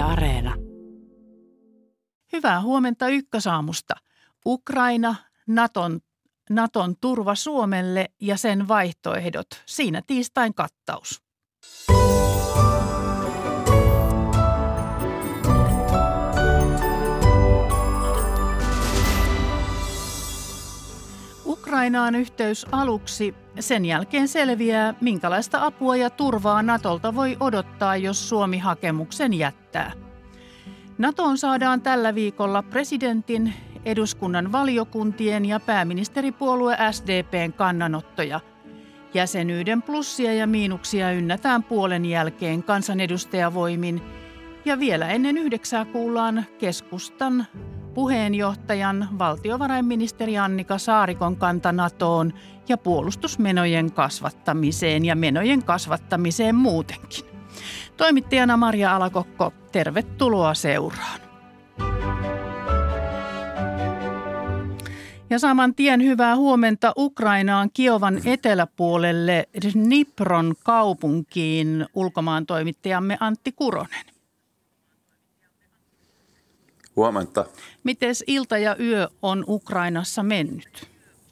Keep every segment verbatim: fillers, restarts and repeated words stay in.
Areena. Hyvää huomenta Ykkösaamusta. Ukraina, Naton, Naton turva Suomelle ja sen vaihtoehdot. Siinä tiistain kattaus. Ukrainaan yhteys aluksi. Sen jälkeen selviää, minkälaista apua ja turvaa Natolta voi odottaa, jos Suomi hakemuksen jättää. Natoon saadaan tällä viikolla presidentin, eduskunnan valiokuntien ja pääministeripuolue S D P:n kannanottoja. Jäsenyyden plussia ja miinuksia ynnätään puolen jälkeen kansanedustajavoimin. Ja vielä ennen yhdeksää kuullaan keskustan puheenjohtajan valtiovarainministeri Annika Saarikon kanta Natoon ja puolustusmenojen kasvattamiseen ja menojen kasvattamiseen muutenkin. Toimittajana Maria Alakokko, tervetuloa seuraan. Ja saman tien hyvää huomenta Ukrainaan Kiovan eteläpuolelle Dnipron kaupunkiin ulkomaan toimittajamme Antti Kuronen. Huomenta. Mites ilta ja yö on Ukrainassa mennyt?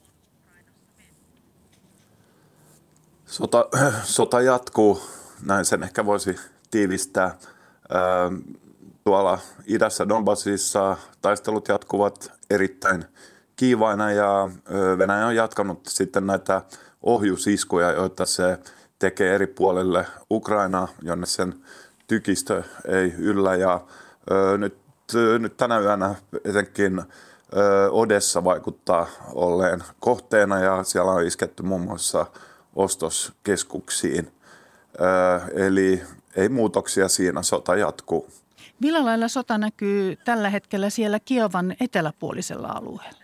Sota, sota jatkuu, näin sen ehkä voisi tiivistää. Tuolla idässä Donbassissa taistelut jatkuvat erittäin kiivaina ja Venäjä on jatkanut sitten näitä ohjusiskuja, joita se tekee eri puolille Ukrainaa, jonne sen tykistö ei yllä. Ja nyt, nyt tänä yönä etenkin Odessa vaikuttaa olleen kohteena ja siellä on isketty muun muassa ostoskeskuksiin. Eli ei muutoksia siinä, sota jatkuu. Millä lailla sota näkyy tällä hetkellä siellä Kiovan eteläpuolisella alueella?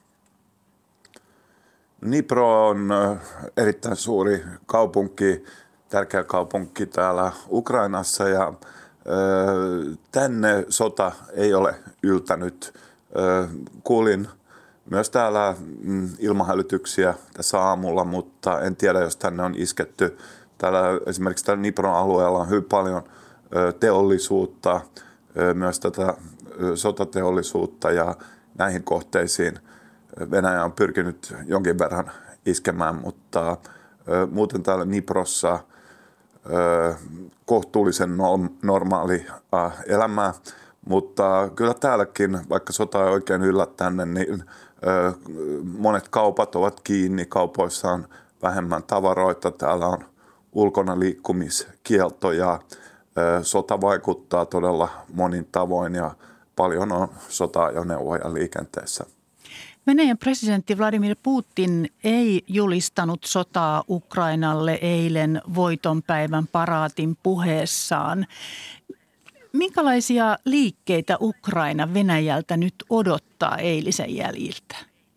Dnipro on erittäin suuri kaupunki, tärkeä kaupunki täällä Ukrainassa ja tänne sota ei ole yltänyt. Kuulin myös täällä ilmahälytyksiä tässä aamulla, mutta en tiedä, jos tänne on isketty. Täällä esimerkiksi täällä Dnipron alueella on hyvin paljon teollisuutta, myös tätä sotateollisuutta ja näihin kohteisiin Venäjä on pyrkinyt jonkin verran iskemään, mutta muuten täällä Dniprossa kohtuullisen normaali elämää, mutta kyllä täälläkin, vaikka sota ei oikein yllä tänne, niin monet kaupat ovat kiinni, kaupoissa on vähemmän tavaroita, täällä on ulkona liikkumiskielto ja sota vaikuttaa todella monin tavoin ja paljon on sota-ajoneuvoja liikenteessä. Venäjän presidentti Vladimir Putin ei julistanut sotaa Ukrainalle eilen voitonpäivän paraatin puheessaan. Minkälaisia liikkeitä Ukraina Venäjältä nyt odottaa eilisen jäljiltä?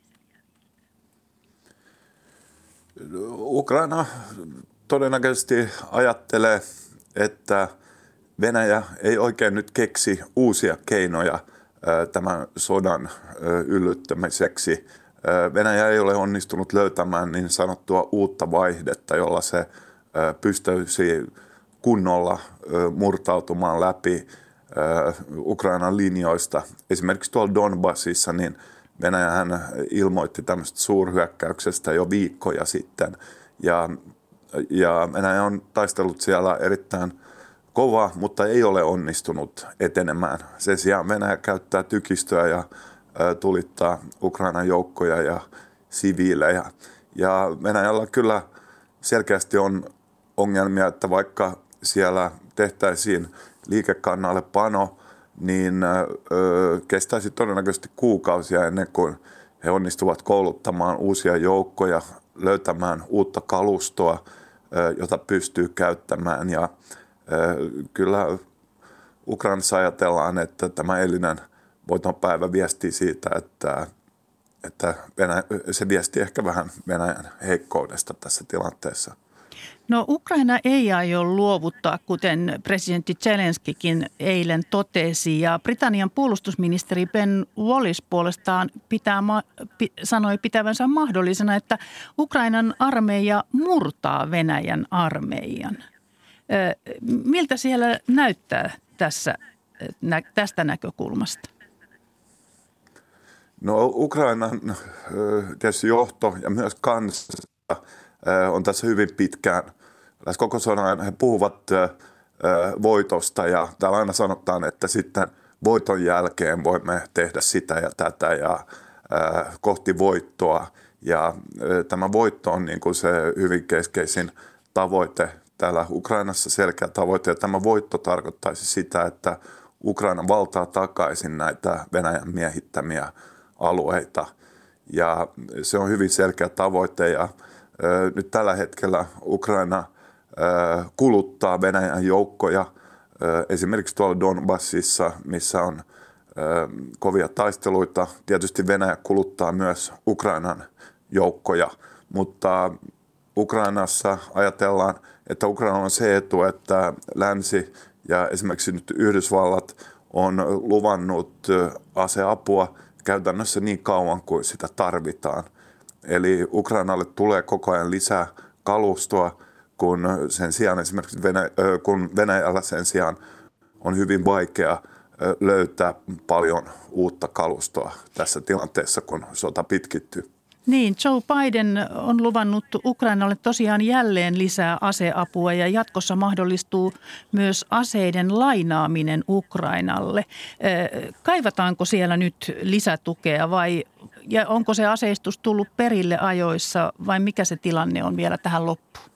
Ukraina todennäköisesti ajattelee, että Venäjä ei oikein nyt keksi uusia keinoja tämän sodan yllyttämiseksi. Venäjä ei ole onnistunut löytämään niin sanottua uutta vaihdetta, jolla se pystyisi kunnolla murtautumaan läpi Ukrainan linjoista. Esimerkiksi tuolla Donbassissa niin Venäjähän ilmoitti tämmöistä suurhyökkäyksestä jo viikkoja sitten. Ja, ja Venäjä on taistellut siellä erittäin kova, mutta ei ole onnistunut etenemään. Sen sijaan Venäjä käyttää tykistöä ja ä, tulittaa Ukrainan joukkoja ja siviilejä. Ja Venäjällä kyllä selkeästi on ongelmia, että vaikka siellä tehtäisiin liikekannalle pano, niin ä, kestäisi todennäköisesti kuukausia ennen kuin he onnistuvat kouluttamaan uusia joukkoja, löytämään uutta kalustoa, ä, jota pystyy käyttämään. Ja kyllä Ukrainassa ajatellaan, että tämä eilinen voitonpäivä viestii siitä, että, että Venäjä, se viestii ehkä vähän Venäjän heikkoudesta tässä tilanteessa. No Ukraina ei aio luovuttaa, kuten presidentti Zelenskikin eilen totesi, ja Britannian puolustusministeri Ben Wallace puolestaan pitää, sanoi pitävänsä mahdollisena, että Ukrainan armeija murtaa Venäjän armeijan. Miltä siellä näyttää tässä tästä näkökulmasta? No Ukrainan tietysti johto ja myös kansa on tässä hyvin pitkään. Lähes koko sodan he puhuvat voitosta ja täällä aina sanotaan, että sitten voiton jälkeen voimme tehdä sitä ja tätä ja kohti voittoa. Ja tämä voitto on niin kuin se hyvin keskeisin tavoite täällä Ukrainassa, selkeä tavoite. Ja tämä voitto tarkoittaisi sitä, että Ukraina valtaa takaisin näitä Venäjän miehittämiä alueita. Ja se on hyvin selkeä tavoite ja ö, nyt tällä hetkellä Ukraina ö, kuluttaa Venäjän joukkoja ö, esimerkiksi tuolla Donbassissa, missä on ö, kovia taisteluita. Tietysti Venäjä kuluttaa myös Ukrainan joukkoja, mutta Ukrainassa ajatellaan, että Ukraina on se etu, että länsi ja esimerkiksi nyt Yhdysvallat on luvannut aseapua käytännössä niin kauan kuin sitä tarvitaan. Eli Ukrainalle tulee koko ajan lisää kalustoa, kun sen sijaan esimerkiksi Venäjä, kun Venäjällä sen sijaan on hyvin vaikea löytää paljon uutta kalustoa tässä tilanteessa, kun sota pitkittyy. Niin, Joe Biden on luvannut Ukrainalle tosiaan jälleen lisää aseapua ja jatkossa mahdollistuu myös aseiden lainaaminen Ukrainalle. Kaivataanko siellä nyt lisätukea vai ja onko se aseistus tullut perille ajoissa vai mikä se tilanne on vielä tähän loppuun?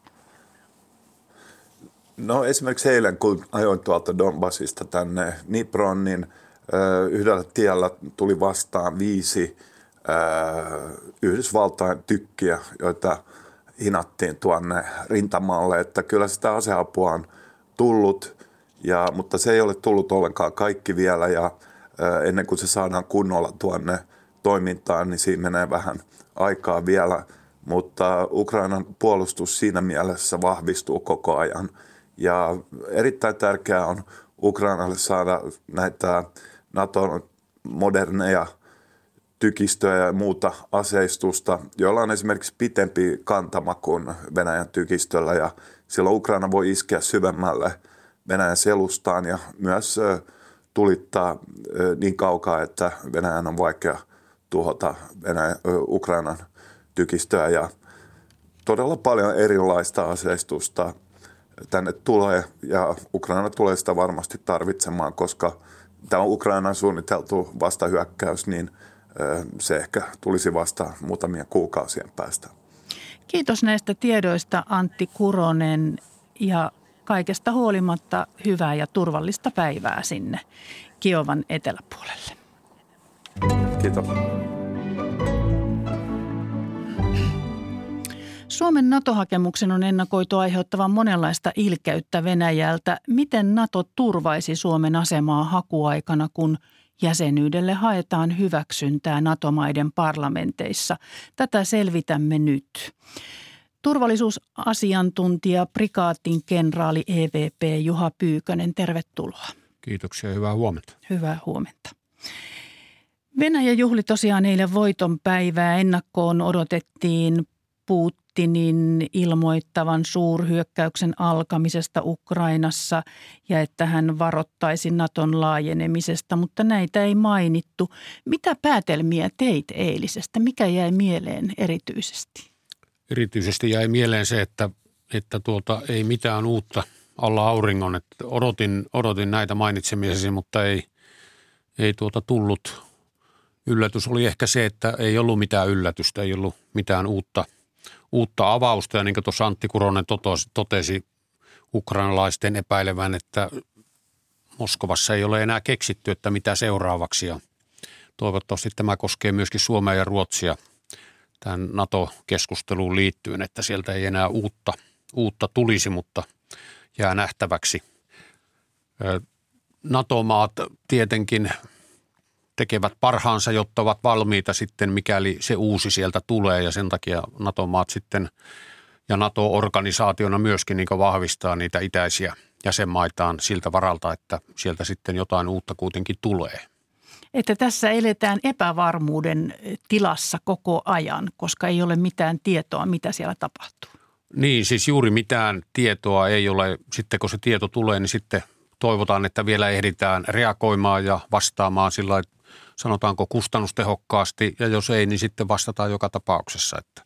No esimerkiksi eilen, kun ajoin tuolta Donbassista tänne Dnipron, niin yhdellä tiellä tuli vastaan viisi Yhdysvaltain tykkiä, joita hinattiin tuonne rintamalle, että kyllä sitä aseapua on tullut, ja, mutta se ei ole tullut ollenkaan kaikki vielä ja ennen kuin se saadaan kunnolla tuonne toimintaan, niin siinä menee vähän aikaa vielä, mutta Ukrainan puolustus siinä mielessä vahvistuu koko ajan ja erittäin tärkeää on Ukrainalle saada näitä Naton moderneja tykistöjä ja muuta aseistusta, joilla on esimerkiksi pitempi kantama kuin Venäjän tykistöllä ja silloin Ukraina voi iskeä syvemmälle Venäjän selustaan ja myös tulittaa niin kaukaa, että Venäjän on vaikea tuhota Venäjän, Ukrainan tykistöä ja todella paljon erilaista aseistusta tänne tulee ja Ukraina tulee sitä varmasti tarvitsemaan, koska tämä on Ukrainan suunniteltu vastahyökkäys, niin se ehkä tulisi vasta muutamien kuukausien päästä. Kiitos näistä tiedoista Antti Kuronen ja kaikesta huolimatta hyvää ja turvallista päivää sinne Kiovan eteläpuolelle. Kiitos. Suomen NATO-hakemuksen on ennakoitu aiheuttavan monenlaista ilkeyttä Venäjältä. Miten NATO turvaisi Suomen asemaa hakuaikana, kun jäsenyydelle haetaan hyväksyntää NATO-maiden parlamenteissa? Tätä selvitämme nyt. Turvallisuusasiantuntija, prikaatin kenraali E V P Juha Pyykönen, tervetuloa. Kiitoksia ja hyvää huomenta. Hyvää huomenta. Venäjä juhli tosiaan eilen voitonpäivää. Ennakkoon odotettiin Putinin ilmoittavan suurhyökkäyksen alkamisesta Ukrainassa ja että hän varoittaisi Naton laajenemisesta, mutta näitä ei mainittu. Mitä päätelmiä teit eilisestä? Mikä jäi mieleen erityisesti? Erityisesti jäi mieleen se, että, että tuota, ei mitään uutta alla auringon. Että odotin, odotin näitä mainitsemiasi, mutta ei, ei tuota tullut. Yllätys oli ehkä se, että ei ollut mitään yllätystä, ei ollut mitään uutta Uutta avausta ja niin kuin tuossa Antti Kuronen totesi, totesi ukrainalaisten epäilevän, että Moskovassa ei ole enää keksitty, että mitä seuraavaksi. Ja toivottavasti tämä koskee myöskin Suomea ja Ruotsia tähän NATO-keskusteluun liittyen, että sieltä ei enää uutta, uutta tulisi, mutta jää nähtäväksi. NATO-maat tietenkin tekevät parhaansa, jotta ovat valmiita sitten, mikäli se uusi sieltä tulee ja sen takia NATO-maat sitten ja NATO-organisaationa myöskin niin vahvistaa niitä itäisiä jäsenmaitaan siltä varalta, että sieltä sitten jotain uutta kuitenkin tulee. Että tässä eletään epävarmuuden tilassa koko ajan, koska ei ole mitään tietoa, mitä siellä tapahtuu. Niin, siis juuri mitään tietoa ei ole. Sitten kun se tieto tulee, niin sitten toivotaan, että vielä ehditään reagoimaan ja vastaamaan sillä lailla, sanotaanko kustannustehokkaasti, ja jos ei, niin sitten vastataan joka tapauksessa. Että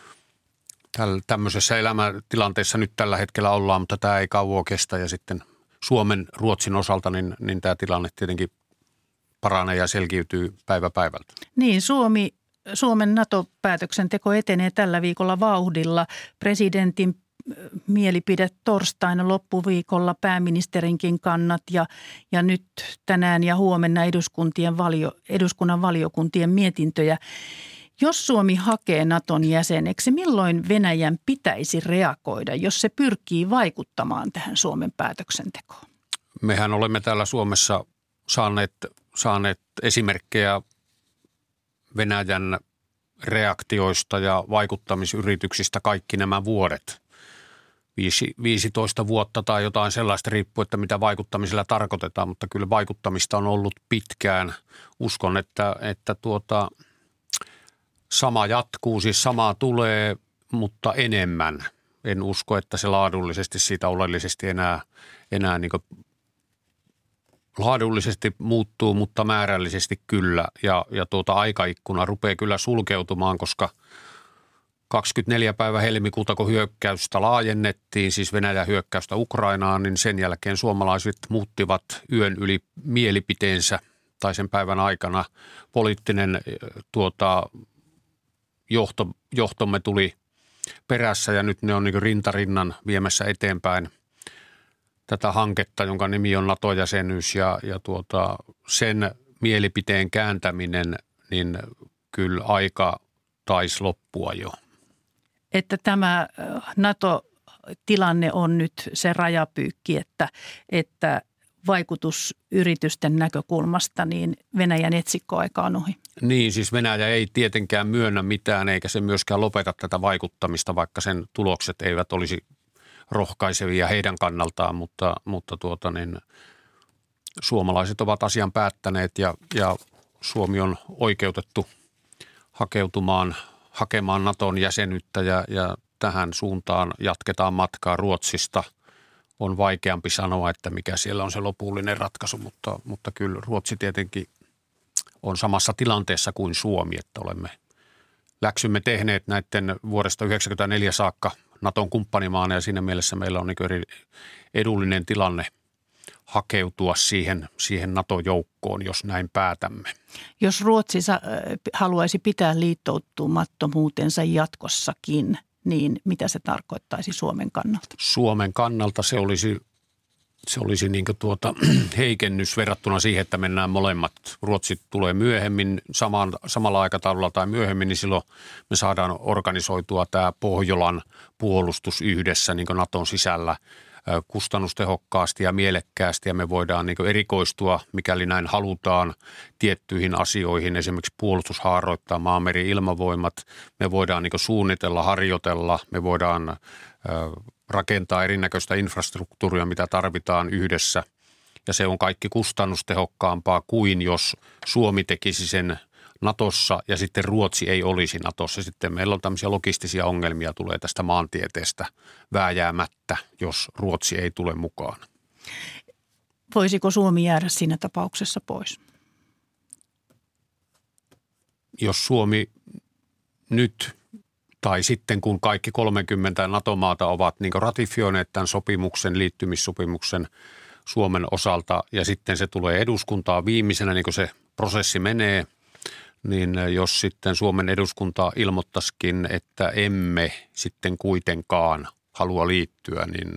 tämmöisessä elämäntilanteessa nyt tällä hetkellä ollaan, mutta tämä ei kauan kestä, ja sitten Suomen, Ruotsin osalta, niin, niin tämä tilanne tietenkin paranee ja selkiytyy päivä päivältä. Niin, Suomi, Suomen NATO-päätöksenteko etenee tällä viikolla vauhdilla. Presidentin mielipide torstaina loppuviikolla, pääministerinkin kannat ja, ja nyt tänään ja huomenna eduskuntien valio, eduskunnan valiokuntien mietintöjä. Jos Suomi hakee Naton jäseneksi, milloin Venäjän pitäisi reagoida, jos se pyrkii vaikuttamaan tähän Suomen päätöksentekoon? Mehän olemme täällä Suomessa saaneet, saaneet esimerkkejä Venäjän reaktioista ja vaikuttamisyrityksistä kaikki nämä vuodet. Viisi, viisitoista vuotta tai jotain sellaista riippuu, että mitä vaikuttamisella tarkoitetaan, mutta kyllä vaikuttamista on ollut pitkään. Uskon, että, että tuota, sama jatkuu, siis samaa tulee, mutta enemmän. En usko, että se laadullisesti siitä oleellisesti enää, enää niin kuin laadullisesti muuttuu, mutta määrällisesti kyllä. Ja, ja tuota aikaikkuna rupeaa kyllä sulkeutumaan, koska kaksikymmentäneljä päivä helmikuuta, kun hyökkäystä laajennettiin, siis Venäjän hyökkäystä Ukrainaan, niin sen jälkeen suomalaiset muuttivat yön yli mielipiteensä tai sen päivän aikana. Poliittinen tuota, johto, johtomme tuli perässä ja nyt ne on niin kuin rintarinnan viemässä eteenpäin tätä hanketta, jonka nimi on NATO-jäsenyys ja, ja tuota, sen mielipiteen kääntäminen, niin kyllä aika taisi loppua jo. Että tämä NATO-tilanne on nyt se rajapyykki, että, että vaikutusyritysten näkökulmasta niin Venäjän etsikkoaika on ohi. Niin, siis Venäjä ei tietenkään myönnä mitään eikä se myöskään lopeta tätä vaikuttamista, vaikka sen tulokset eivät olisi rohkaisevia heidän kannaltaan, mutta, mutta tuota niin, suomalaiset ovat asian päättäneet ja, ja Suomi on oikeutettu hakeutumaan, hakemaan Naton jäsenyyttä ja, ja tähän suuntaan jatketaan matkaa. Ruotsista on vaikeampi sanoa, että mikä siellä on se lopullinen ratkaisu, mutta, mutta kyllä Ruotsi tietenkin on samassa tilanteessa kuin Suomi, että olemme läksymme tehneet näiden vuodesta yhdeksänkymmentäneljä saakka Naton kumppanimaana ja siinä mielessä meillä on niin eri edullinen tilanne hakeutua siihen, siihen NATO-joukkoon, jos näin päätämme. Jos Ruotsi haluaisi pitää liittoutumattomuutensa jatkossakin, niin mitä se tarkoittaisi Suomen kannalta? Suomen kannalta se olisi, se olisi niin kuin tuota heikennys verrattuna siihen, että mennään molemmat. Ruotsi tulee myöhemmin samaan, samalla aikataululla tai myöhemmin, niin silloin me saadaan organisoitua tämä Pohjolan puolustus yhdessä niin kuin Naton sisällä kustannustehokkaasti ja mielekkäästi ja me voidaan niin kuin erikoistua, mikäli näin halutaan, tiettyihin asioihin, esimerkiksi puolustushaaroittaa maameri ilmavoimat. Me voidaan niin kuin suunnitella, harjoitella, me voidaan rakentaa erinäköistä infrastruktuuria, mitä tarvitaan yhdessä ja se on kaikki kustannustehokkaampaa kuin jos Suomi tekisi sen Natossa ja sitten Ruotsi ei olisi Natossa. Sitten meillä on tämmöisiä logistisia ongelmia tulee tästä maantieteestä vääjäämättä, jos Ruotsi ei tule mukaan. Voisiko Suomi jäädä siinä tapauksessa pois? Jos Suomi nyt tai sitten kun kaikki kolmekymmentä NATO-maata ovat niin kuin ratifioineet tämän sopimuksen, liittymissopimuksen Suomen osalta ja sitten se tulee eduskuntaan viimeisenä, niin kuin se prosessi menee, niin jos sitten Suomen eduskunta ilmoittaisikin, että emme sitten kuitenkaan halua liittyä, niin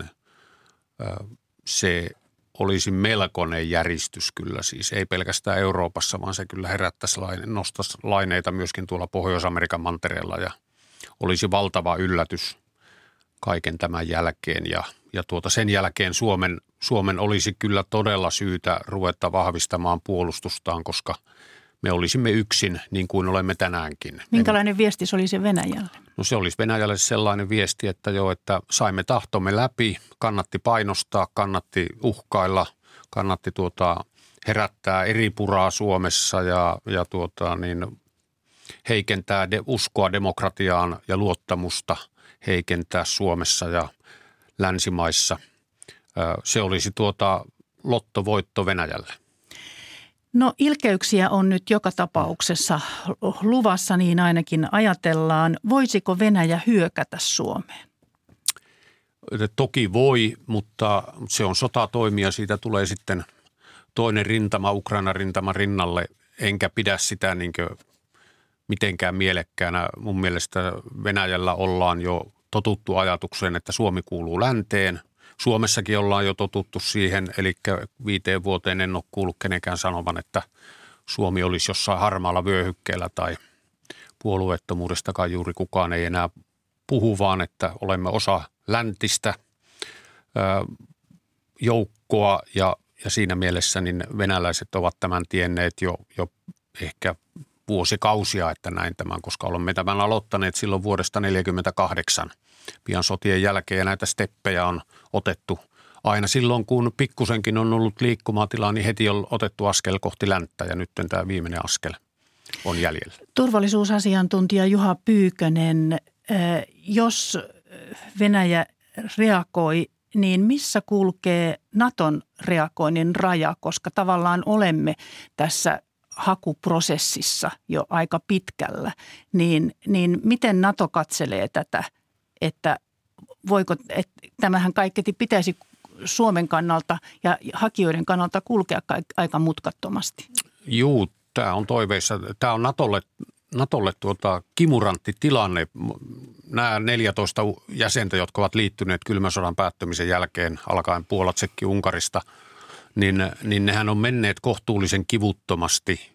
se olisi melkoinen järistys kyllä siis. Ei pelkästään Euroopassa, vaan se kyllä herättäisi, nostaisi laineita myöskin tuolla Pohjois-Amerikan mantereella ja olisi valtava yllätys kaiken tämän jälkeen. Ja, ja tuota sen jälkeen Suomen, Suomen olisi kyllä todella syytä ruveta vahvistamaan puolustustaan, koska me olisimme yksin niin kuin olemme tänäänkin. Minkälainen viesti se olisi Venäjälle? No se olisi Venäjälle sellainen viesti, että jo, että saimme tahtomme läpi, kannatti painostaa, kannatti uhkailla, kannatti tuota herättää eripuraa Suomessa ja, ja tuota niin heikentää de, uskoa demokratiaan ja luottamusta, heikentää Suomessa ja länsimaissa. Se olisi tuota lottovoitto Venäjälle? No ilkeyksiä on nyt joka tapauksessa luvassa, niin ainakin ajatellaan. Voisiko Venäjä hyökätä Suomeen? Toki voi, mutta se on sotatoimia. Siitä tulee sitten toinen rintama, Ukrainan rintama rinnalle. Enkä pidä sitä niin kuin mitenkään mielekkäänä. Mun mielestä Venäjällä ollaan jo totuttu ajatukseen, että Suomi kuuluu länteen. Suomessakin ollaan jo totuttu siihen, eli viiteen vuoteen en ole kuullut kenenkään sanovan, että Suomi olisi jossain harmaalla vyöhykkeellä tai puolueettomuudestakaan juuri kukaan ei enää puhu, vaan että olemme osa läntistä joukkoa ja, ja siinä mielessä niin venäläiset ovat tämän tienneet jo, jo ehkä vuosikausia, että näin tämän, koska olemme tämän aloittaneet silloin vuodesta tuhatyhdeksänsataaneljäkymmentäkahdeksan pian sotien jälkeen ja näitä steppejä on otettu aina silloin, kun pikkusenkin on ollut liikkumatilaa, niin heti on otettu askel kohti länttä ja nyt tämä viimeinen askel on jäljellä. Turvallisuusasiantuntija Juha Pyykönen, jos Venäjä reagoi, niin missä kulkee Naton reagoinnin raja, koska tavallaan olemme tässä hakuprosessissa jo aika pitkällä, niin, niin miten Nato katselee tätä, että voiko, että tämähän kaiketi pitäisi Suomen kannalta ja hakijoiden kannalta kulkea aika mutkattomasti? Juu, tämä on toiveissa. Tämä on Natolle, Natolle tuota kimurantti tilanne. Nämä neljätoista jäsentä, jotka ovat liittyneet kylmän sodan päättymisen jälkeen alkaen Puola, Tsekki, Unkarista, niin, niin nehän on menneet kohtuullisen kivuttomasti.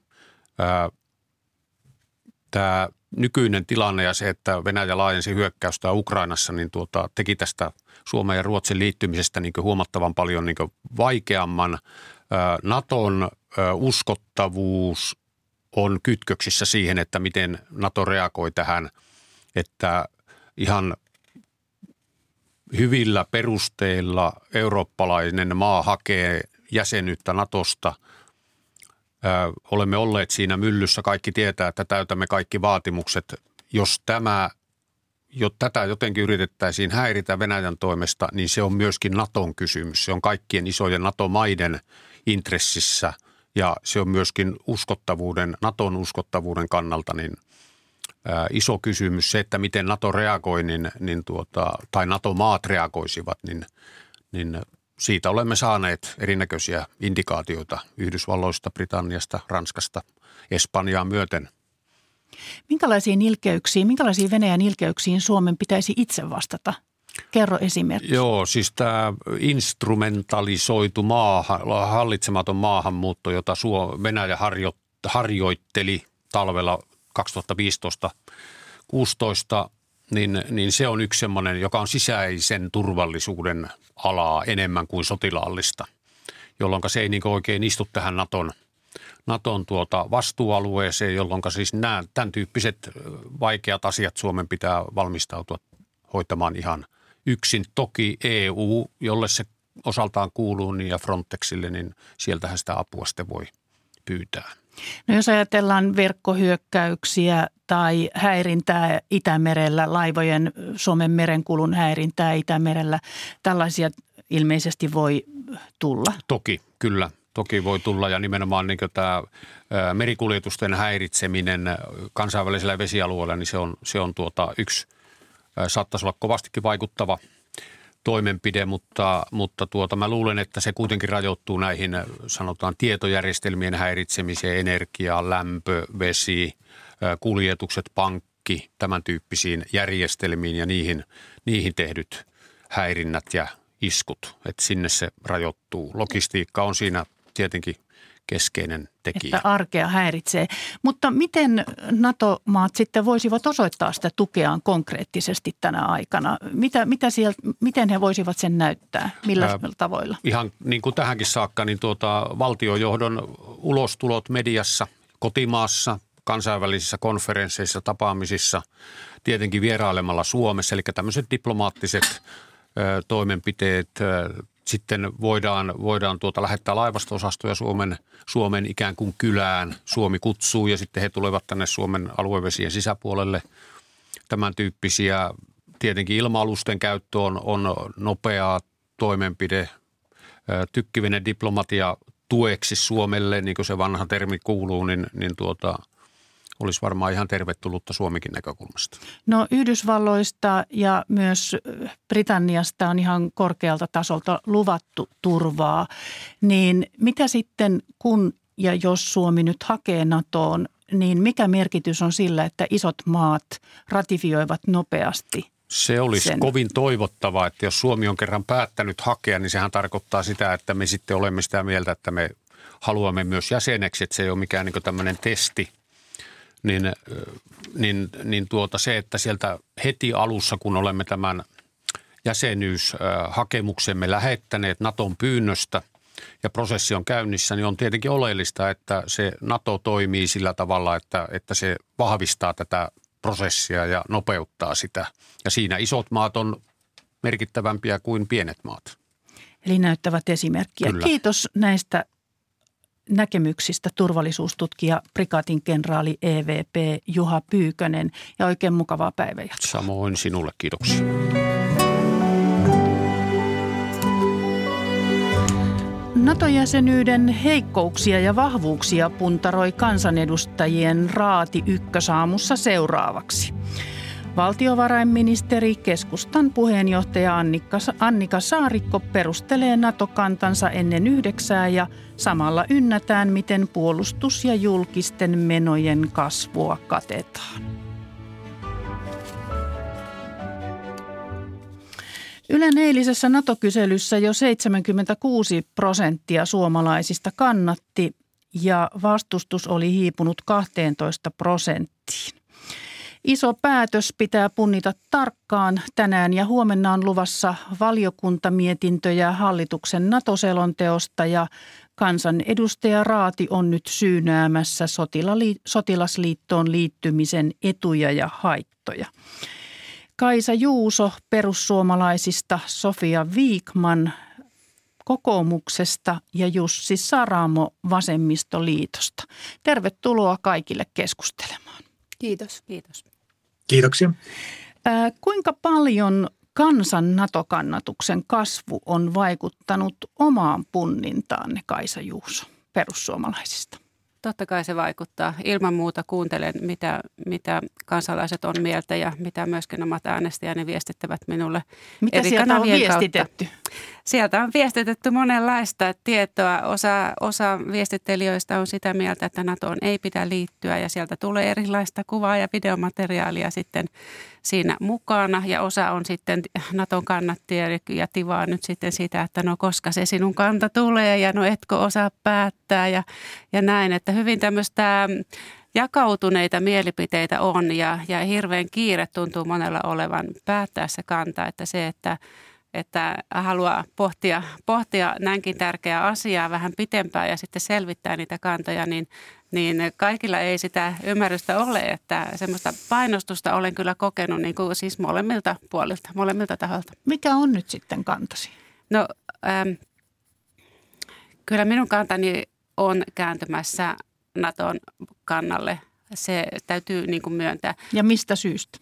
Tämä nykyinen tilanne ja se, että Venäjä laajensi hyökkäystä Ukrainassa, niin tuota, teki tästä Suomen ja Ruotsin liittymisestä niin huomattavan paljon niin vaikeamman. Naton uskottavuus on kytköksissä siihen, että miten Nato reagoi tähän, että ihan hyvillä perusteilla eurooppalainen maa hakee jäsenyyttä Natosta. Ö, olemme olleet siinä myllyssä. Kaikki tietää, että täytämme kaikki vaatimukset. Jos tämä, jo tätä jotenkin yritettäisiin häiritä Venäjän toimesta, niin se on myöskin Naton kysymys. Se on kaikkien isojen NATO-maiden intressissä ja se on myöskin uskottavuuden, Naton uskottavuuden kannalta niin ä, iso kysymys. Se, että miten Nato reagoi niin, niin tuota, tai NATO-maat reagoisivat, niin, niin siitä olemme saaneet erinäköisiä indikaatioita Yhdysvalloista, Britanniasta, Ranskasta, Espanjaa myöten. Minkälaisiin ilkeyksiin, minkälaisiin Venäjän ilkeyksiin Suomen pitäisi itse vastata? Kerro esimerkki. Joo, siis tämä instrumentalisoitu maahan, hallitsematon maahanmuutto, jota Venäjä harjo, harjoitteli talvella kaksituhattaviisitoista kuusitoista, niin, niin se on yksi semmoinen, joka on sisäisen turvallisuuden alaa enemmän kuin sotilaallista, jolloin se ei niin oikein istu tähän Naton, Naton tuota vastuualueeseen, jolloin siis nämä tämän tyyppiset vaikeat asiat Suomen pitää valmistautua hoitamaan ihan yksin. Toki E U, jolle se osaltaan kuuluu niin ja Frontexille, niin sieltähän sitä apua sitten voi pyytää. No jos ajatellaan verkkohyökkäyksiä tai häirintää Itämerellä, laivojen Suomen merenkulun häirintää Itämerellä, tällaisia ilmeisesti voi tulla. Toki, kyllä. Toki voi tulla ja nimenomaan niin tämä merikuljetusten häiritseminen kansainvälisellä vesialueella, niin se on, se on tuota yksi, saattaisi olla kovastikin vaikuttava toimenpide, mutta, mutta tuota, mä luulen, että se kuitenkin rajoittuu näihin sanotaan tietojärjestelmien häiritsemiseen, energia, lämpö, vesi, kuljetukset, pankki, tämän tyyppisiin järjestelmiin ja niihin, niihin tehdyt häirinnät ja iskut, että sinne se rajoittuu. Logistiikka on siinä tietenkin keskeinen tekijä. Että arkea häiritsee. Mutta miten NATO-maat sitten voisivat osoittaa sitä tukeaan konkreettisesti tänä aikana? Mitä, mitä sieltä, miten he voisivat sen näyttää? Millä Ää, tavoilla? Ihan niin kuin tähänkin saakka, niin tuota, valtiojohdon ulostulot mediassa, kotimaassa, kansainvälisissä konferensseissa, tapaamisissa, tietenkin vierailemalla Suomessa, eli tämmöiset diplomaattiset ö, toimenpiteet. Ö, Sitten voidaan, voidaan tuota lähettää laivasto-osastoja Suomen, Suomen ikään kuin kylään. Suomi kutsuu ja sitten he tulevat tänne Suomen aluevesien sisäpuolelle. Tämän tyyppisiä. Tietenkin ilma-alusten käyttö on, on nopeaa toimenpide. tykkivinen diplomatia tueksi Suomelle, niin kuin se vanha termi kuuluu, niin, niin tuota, olisi varmaan ihan tervetullutta Suomikin näkökulmasta. No Yhdysvalloista ja myös Britanniasta on ihan korkealta tasolta luvattu turvaa. Niin mitä sitten kun ja jos Suomi nyt hakee NATOon, niin mikä merkitys on sillä, että isot maat ratifioivat nopeasti? Se olisi sen. Kovin toivottavaa, että jos Suomi on kerran päättänyt hakea, niin sehän tarkoittaa sitä, että me sitten olemme sitä mieltä, että me haluamme myös jäseneksi, että se ei ole mikään niin kuin tämmöinen testi. Niin, niin, niin tuota se, että sieltä heti alussa, kun olemme tämän jäsenyyshakemuksemme lähettäneet Naton pyynnöstä ja prosessi on käynnissä, niin on tietenkin oleellista, että se NATO toimii sillä tavalla, että, että se vahvistaa tätä prosessia ja nopeuttaa sitä. Ja siinä isot maat on merkittävämpiä kuin pienet maat. Eli näyttävät esimerkkiä. Kyllä. Kiitos näistä näkemyksistä turvallisuustutkija, prikaatin kenraali E V P Juha Pyykönen ja oikein mukavaa päivänjatkoa. Samoin sinulle, kiitoksia. NATO-jäsenyyden heikkouksia ja vahvuuksia puntaroi kansanedustajien raati ykkösaamussa seuraavaksi. Valtiovarainministeri, keskustan puheenjohtaja Annika, Annika Saarikko perustelee NATO-kantansa ennen yhdeksää ja samalla ynnätään, miten puolustus- ja julkisten menojen kasvua katetaan. Ylen eilisessä NATO-kyselyssä jo seitsemänkymmentäkuusi prosenttia suomalaisista kannatti ja vastustus oli hiipunut kaksitoista prosenttiin. Iso päätös pitää punnita tarkkaan. Tänään ja huomenna on luvassa valiokuntamietintöjä hallituksen NATO-selonteosta ja kansanedustaja Raati on nyt syynäämässä sotilasliittoon liittymisen etuja ja haittoja. Kaisa Juuso perussuomalaisista, Sofia Vikman kokoomuksesta ja Jussi Saramo vasemmistoliitosta. Tervetuloa kaikille keskustelemaan. Kiitos. Kiitos. Kiitoksia. Ää, kuinka paljon kansan NATO-kannatuksen kasvu on vaikuttanut omaan punnintaanne, Kaisa Juuso, perussuomalaisista? Totta kai se vaikuttaa. Ilman muuta kuuntelen, mitä, mitä kansalaiset on mieltä ja mitä myöskin omat äänestäjäni viestittävät minulle. Mitä eri sieltä on viestitetty? Kautta. Sieltä on viestitetty monenlaista tietoa. Osa, osa viestittelijöistä on sitä mieltä, että NATOon ei pidä liittyä ja sieltä tulee erilaista kuvaa ja videomateriaalia sitten siinä mukana. Ja osa on sitten NATOn kannattajia ja tivaa nyt sitten sitä, että no koska se sinun kanta tulee ja no etkö osaa päättää ja, ja näin. Että hyvin tämmöistä jakautuneita mielipiteitä on ja, ja hirveän kiire tuntuu monella olevan päättää se kanta, että se, että että haluaa pohtia, pohtia näinkin tärkeää asiaa vähän pitempään ja sitten selvittää niitä kantoja, niin, niin kaikilla ei sitä ymmärrystä ole, että semmoista painostusta olen kyllä kokenut niin kuin siis molemmilta puolilta, molemmilta taholta. Mikä on nyt sitten kantasi? No ähm, kyllä minun kantani on kääntymässä NATOn kannalle, se täytyy niin kuin myöntää. Ja mistä syystä?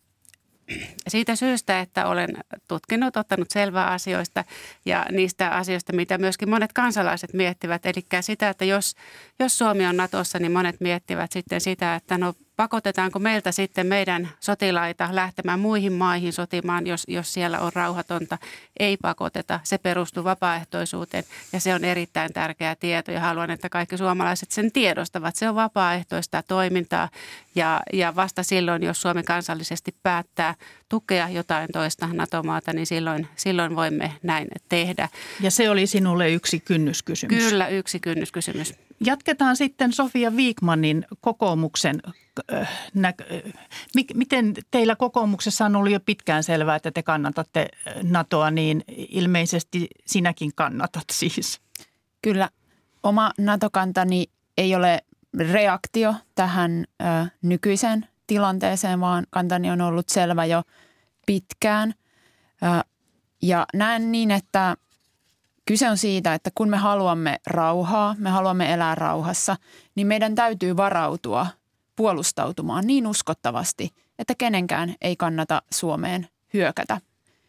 Siitä syystä, että olen tutkinut, ottanut selvää asioista ja niistä asioista, mitä myöskin monet kansalaiset miettivät. Eli sitä, että jos, jos Suomi on NATOssa, niin monet miettivät sitten sitä, että no pakotetaanko meiltä sitten meidän sotilaita lähtemään muihin maihin sotimaan, jos, jos siellä on rauhatonta. Ei pakoteta. Se perustuu vapaaehtoisuuteen ja se on erittäin tärkeä tieto ja haluan, että kaikki suomalaiset sen tiedostavat. Se on vapaaehtoista toimintaa ja, ja vasta silloin, jos Suomi kansallisesti päättää tukea jotain toista NATO-maata, niin silloin, silloin voimme näin tehdä. Ja se oli sinulle yksi kynnyskysymys. Kyllä, yksi kynnyskysymys. Jatketaan sitten Sofia Vikmanin kokoomuksen. Äh, nä- äh, miten teillä kokoomuksessa on ollut jo pitkään selvää, että te kannatatte NATOa, niin ilmeisesti sinäkin kannatat siis. Kyllä. Oma NATO-kantani ei ole reaktio tähän ö, nykyiseen tilanteeseen, vaan kantani on ollut selvä jo pitkään. Ö, ja näen niin, että kyse on siitä, että kun me haluamme rauhaa, me haluamme elää rauhassa, niin meidän täytyy varautua puolustautumaan niin uskottavasti, että kenenkään ei kannata Suomeen hyökätä.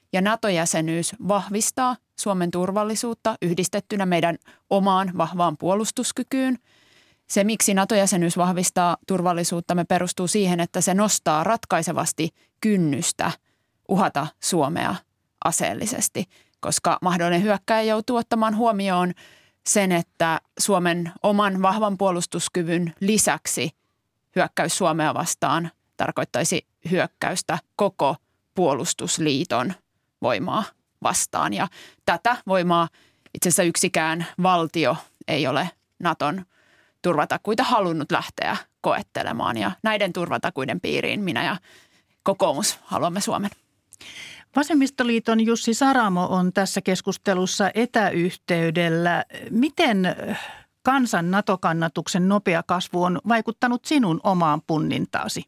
ja NATO-jäsenyys vahvistaa Suomen turvallisuutta yhdistettynä meidän omaan vahvaan puolustuskykyyn. Se, miksi NATO-jäsenyys vahvistaa turvallisuuttamme, perustuu siihen, että se nostaa ratkaisevasti kynnystä uhata Suomea aseellisesti, koska mahdollinen hyökkääjä joutuu ottamaan huomioon sen, että Suomen oman vahvan puolustuskyvyn lisäksi hyökkäys Suomea vastaan tarkoittaisi hyökkäystä koko puolustusliiton voimaa vastaan. Ja tätä voimaa itse asiassa yksikään valtio ei ole Naton turvatakuita halunnut lähteä koettelemaan. Ja näiden turvatakuiden piiriin minä ja kokoomus haluamme Suomen. Vasemmistoliiton Jussi Saramo on tässä keskustelussa etäyhteydellä. Miten kansan NATO-kannatuksen nopea kasvu on vaikuttanut sinun omaan punnintaasi?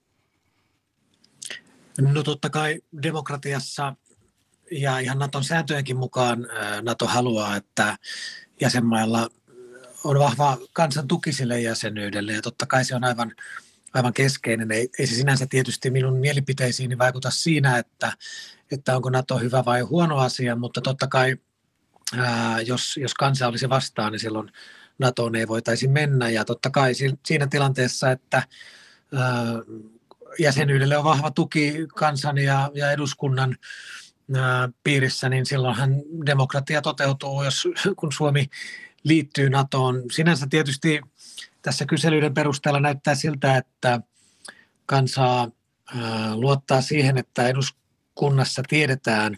No totta kai demokratiassa ja ihan Naton sääntöjenkin mukaan NATO haluaa, että jäsenmailla on vahva kansan tuki sille jäsenyydelle ja totta kai se on aivan, aivan keskeinen. Ei, ei se sinänsä tietysti minun mielipiteisiini vaikuta siinä, että, että onko NATO hyvä vai huono asia, mutta totta kai ää, jos, jos kansa olisi vastaan, niin silloin NATOon ei voitaisi mennä ja totta kai siinä tilanteessa, että ää, jäsenyydelle on vahva tuki kansan ja, ja eduskunnan ää, piirissä, niin silloinhan demokratia toteutuu, jos, kun Suomi liittyy NATOon. Sinänsä tietysti tässä kyselyiden perusteella näyttää siltä, että kansaa ää, luottaa siihen, että eduskunnassa tiedetään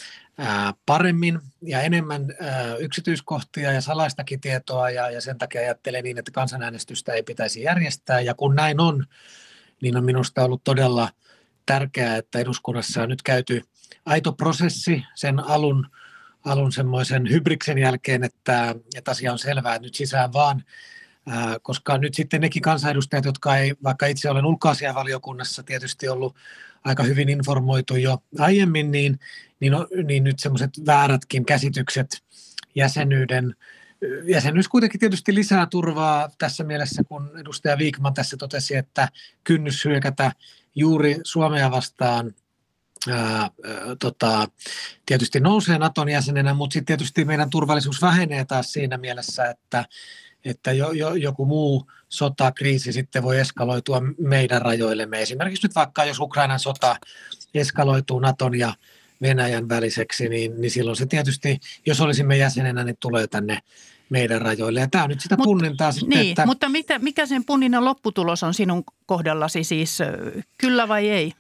ää, paremmin ja enemmän ää, yksityiskohtia ja salaistakin tietoa ja, ja sen takia ajattelen niin, että kansanäänestystä ei pitäisi järjestää ja kun näin on, niin on minusta ollut todella tärkeää, että eduskunnassa on nyt käyty aito prosessi sen alun, alun semmoisen hybriksen jälkeen, että, että asia on selvää, että nyt sisään vaan, ää, koska nyt sitten nekin kansanedustajat, jotka ei, vaikka itse olen ulkoasiainvaliokunnassa tietysti ollut aika hyvin informoitu jo aiemmin, niin, niin, niin nyt semmoiset väärätkin käsitykset jäsenyyden Jäsenyys kuitenkin tietysti lisää turvaa tässä mielessä, kun edustaja Vikman tässä totesi, että kynnys hyökätä juuri Suomea vastaan ää, ää, tota, tietysti nousee Naton jäsenenä, mutta sitten tietysti meidän turvallisuus vähenee taas siinä mielessä, että, että jo, jo, joku muu sota, kriisi sitten voi eskaloitua meidän rajoillemme. Esimerkiksi nyt vaikka jos Ukrainan sota eskaloituu Naton ja Venäjän väliseksi, niin, niin silloin se tietysti, jos olisimme jäsenenä, niin tulee tänne meidän rajoille. Ja tämä on nyt sitä Mut, punnintaa sitten. Niin, että mutta mitä, mikä sen punninnan lopputulos on sinun kohdallasi siis, kyllä vai ei?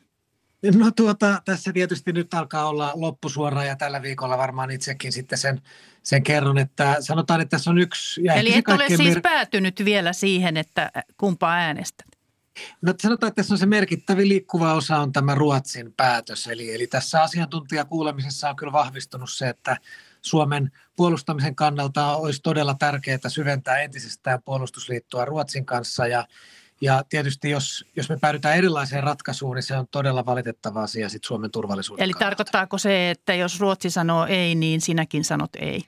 No tuota, tässä tietysti nyt alkaa olla loppusuora ja tällä viikolla varmaan itsekin sitten sen, sen kerron, että sanotaan, että tässä on yksi. Ja eli et ole siis mer- päätynyt vielä siihen, että kumpaa äänestät? No sanotaan, että tässä on se merkittävin liikkuva osa on tämä Ruotsin päätös. Eli, eli tässä asiantuntijakuulemisessa on kyllä vahvistunut se, että Suomen puolustamisen kannalta olisi todella tärkeää syventää entisestään puolustusliittoa Ruotsin kanssa. Ja, ja tietysti jos, jos me päädytään erilaiseen ratkaisuun, niin se on todella valitettava asia sit Suomen turvallisuuden Eli kannalta. Tarkoittaako se, että jos Ruotsi sanoo ei, niin sinäkin sanot ei?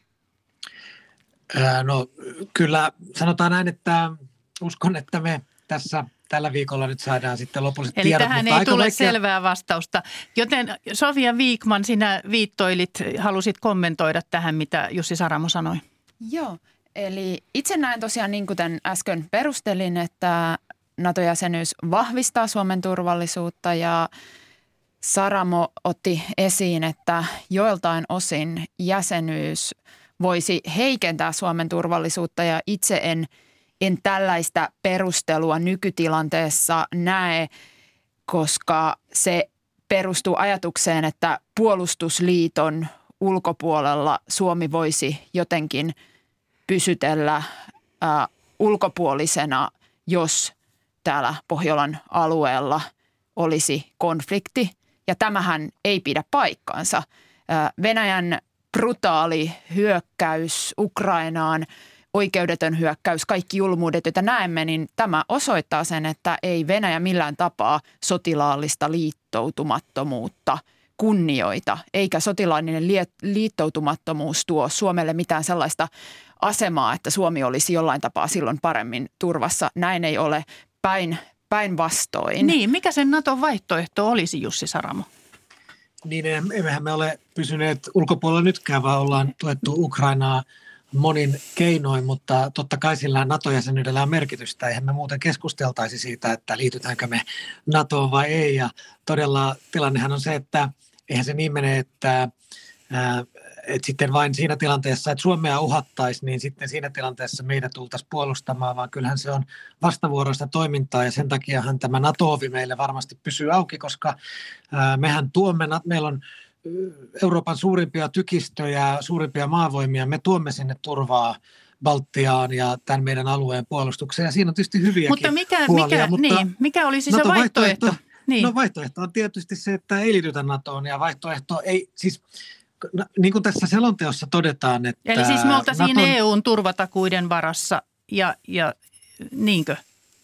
Ää, no kyllä sanotaan näin, että uskon, että me tässä tällä viikolla nyt saadaan sitten lopulliset Eli tiedot. tähän mutta ei tule vaikea selvää vastausta. Joten Sofia Vikman, sinä viittoilit, halusit kommentoida tähän, mitä Jussi Saramo sanoi. Joo, eli itse näen tosiaan niin kuten äsken perustelin, että NATO-jäsenyys vahvistaa Suomen turvallisuutta ja Saramo otti esiin, että joiltain osin jäsenyys voisi heikentää Suomen turvallisuutta ja itse en En tällaista perustelua nykytilanteessa näe, koska se perustuu ajatukseen, että puolustusliiton ulkopuolella Suomi voisi jotenkin pysytellä äh, ulkopuolisena, jos täällä Pohjolan alueella olisi konflikti. Ja tämähän ei pidä paikkaansa. Äh, Venäjän brutaali hyökkäys Ukrainaan, oikeudeton hyökkäys, kaikki julmuudet, joita näemme, niin tämä osoittaa sen, että ei Venäjä millään tapaa sotilaallista liittoutumattomuutta kunnioita, eikä sotilaallinen liittoutumattomuus tuo Suomelle mitään sellaista asemaa, että Suomi olisi jollain tapaa silloin paremmin turvassa. Näin ei ole, päin, päinvastoin. Niin, mikä sen Naton vaihtoehto olisi, Jussi Saramo? Niin emmehän me ole pysyneet ulkopuolella nytkään, vaan ollaan tuettu Ukrainaa monin keinoin, mutta totta kai sillä NATO-jäsenyydellä on merkitystä. Eihän me muuten keskusteltaisi siitä, että liitytäänkö me NATOon vai ei. Ja todella tilannehan on se, että eihän se niin mene, että, ää, että sitten vain siinä tilanteessa, että Suomea uhattaisi, niin sitten siinä tilanteessa meitä tultaisiin puolustamaan, vaan kyllähän se on vastavuoroista toimintaa ja sen takiahan tämä NATO-ovi meille varmasti pysyy auki, koska ää, mehän tuomme, meillä on Euroopan suurimpia tykistöjä, suurimpia maavoimia, me tuomme sinne turvaa Baltiaan ja tämän meidän alueen puolustukseen. Ja siinä on tietysti hyviäkin mutta mikä, puolia. Mikä, mutta niin, mikä olisi se vaihtoehto? vaihtoehto Niin. No vaihtoehto on tietysti se, että ei liitytä NATOon ja vaihtoehto ei, siis niin kuin tässä selonteossa todetaan, että eli siis me oltaisiin Naton, E U:n turvatakuiden varassa ja, ja niinkö?